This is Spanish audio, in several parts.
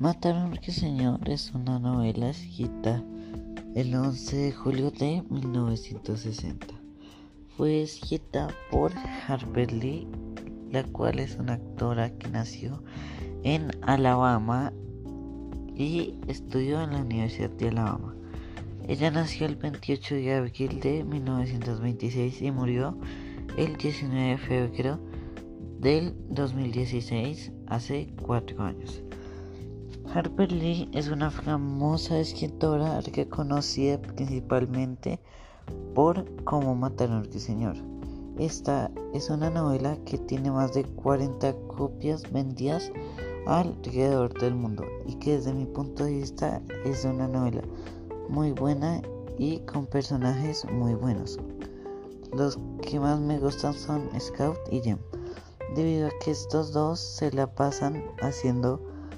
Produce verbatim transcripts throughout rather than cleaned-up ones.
Matar a un ruiseñor es una novela escrita el once de julio de mil novecientos sesenta. Fue escrita por Harper Lee, la cual es una actora que nació en Alabama y estudió en la Universidad de Alabama. Ella nació el veintiocho de abril de mil novecientos veintiséis y murió el diecinueve de febrero del dos mil dieciséis, hace cuatro años. Harper Lee es una famosa escritora reconocida principalmente por Cómo matar a un ruiseñor. Esta es una novela que tiene más de cuarenta copias vendidas alrededor del mundo y que desde mi punto de vista es una novela muy buena y con personajes muy buenos. Los que más me gustan son Scout y Jem, debido a que estos dos se la pasan haciendo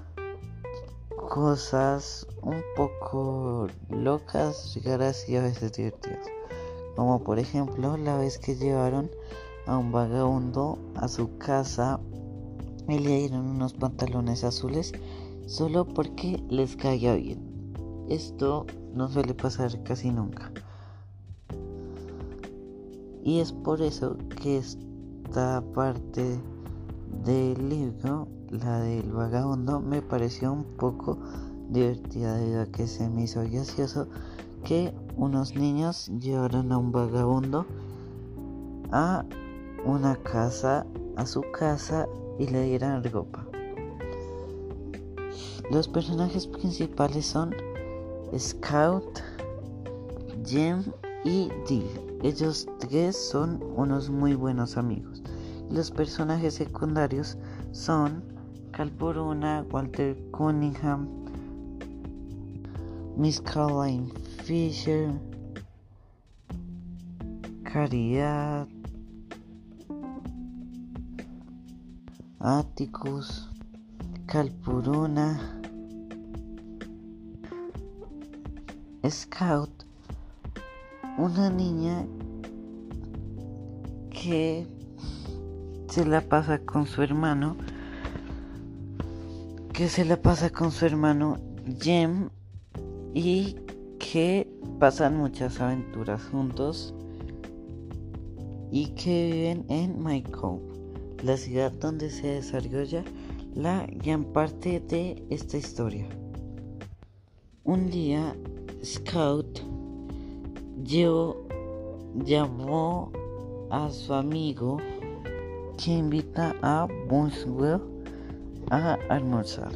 cosas un poco locas, raras y a veces divertidas, como por ejemplo la vez que llevaron a un vagabundo a su casa y le dieron unos pantalones azules solo porque les caía bien. Esto no suele pasar casi nunca, y es por eso que esta parte del libro, la del vagabundo, me pareció un poco divertida debido a que se me hizo gracioso que unos niños llevaron a un vagabundo a una casa, a su casa, y le dieran ropa. Los personajes principales son Scout, Jem y Dee. Ellos tres son unos muy buenos amigos. Los personajes secundarios son Calpurnia, Walter Cunningham, Miss Caroline Fisher, Caridad, Atticus, Calpurnia, Scout, una niña que se la pasa con su hermano, que se la pasa con su hermano Jem y que pasan muchas aventuras juntos y que viven en Mycove, la ciudad donde se desarrolla la gran parte de esta historia. Un día Scout llevó, llamó a su amigo, que invita a Boswell a almorzar.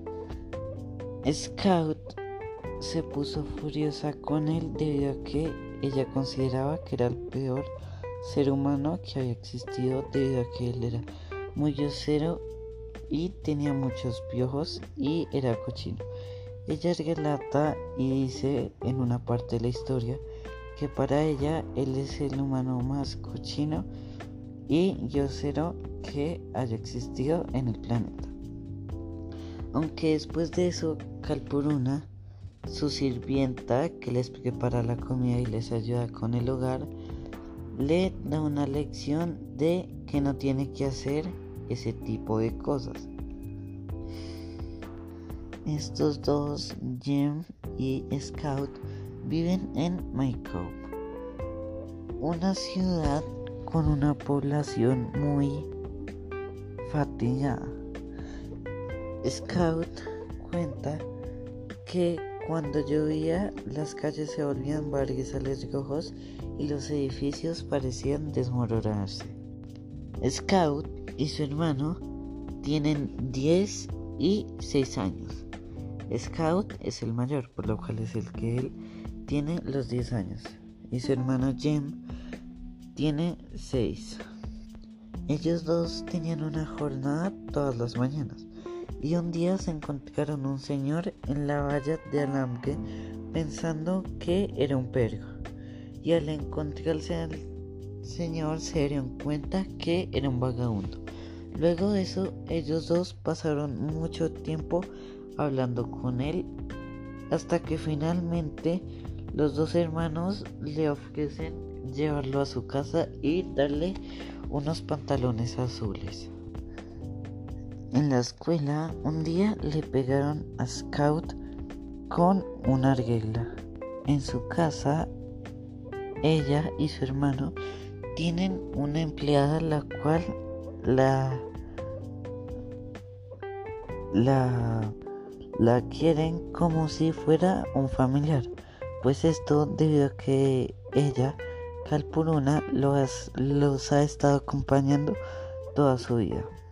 Scout se puso furiosa con él debido a que ella consideraba que era el peor ser humano que había existido, debido a que él era muy grosero y tenía muchos piojos y era cochino. Ella relata y dice en una parte de la historia que para ella él es el humano más cochino y grosero que haya existido en el planeta. Aunque después de eso, Calpurnia, su sirvienta que les prepara la comida y les ayuda con el hogar, le da una lección de que no tiene que hacer ese tipo de cosas. Estos dos, Jem y Scout, viven en Mycove, una ciudad con una población muy fatigada. Scout cuenta que cuando llovía las calles se volvían barrizales rojos y los edificios parecían desmoronarse. Scout y su hermano tienen diez y seis años. Scout es el mayor, por lo cual es el que él tiene los diez años, y su hermano Jem tiene seis. Ellos dos tenían una jornada todas las mañanas y un día se encontraron un señor en la valla de alambre pensando que era un perro, y al encontrarse al señor se dieron cuenta que era un vagabundo. Luego de eso ellos dos pasaron mucho tiempo hablando con él hasta que finalmente los dos hermanos le ofrecen llevarlo a su casa y darle unos pantalones azules. En la escuela un día le pegaron a Scout con una regla. En su casa, ella y su hermano tienen una empleada la cual la la la quieren como si fuera un familiar, pues esto debido a que ella, Calpurnia, los, los ha estado acompañando toda su vida.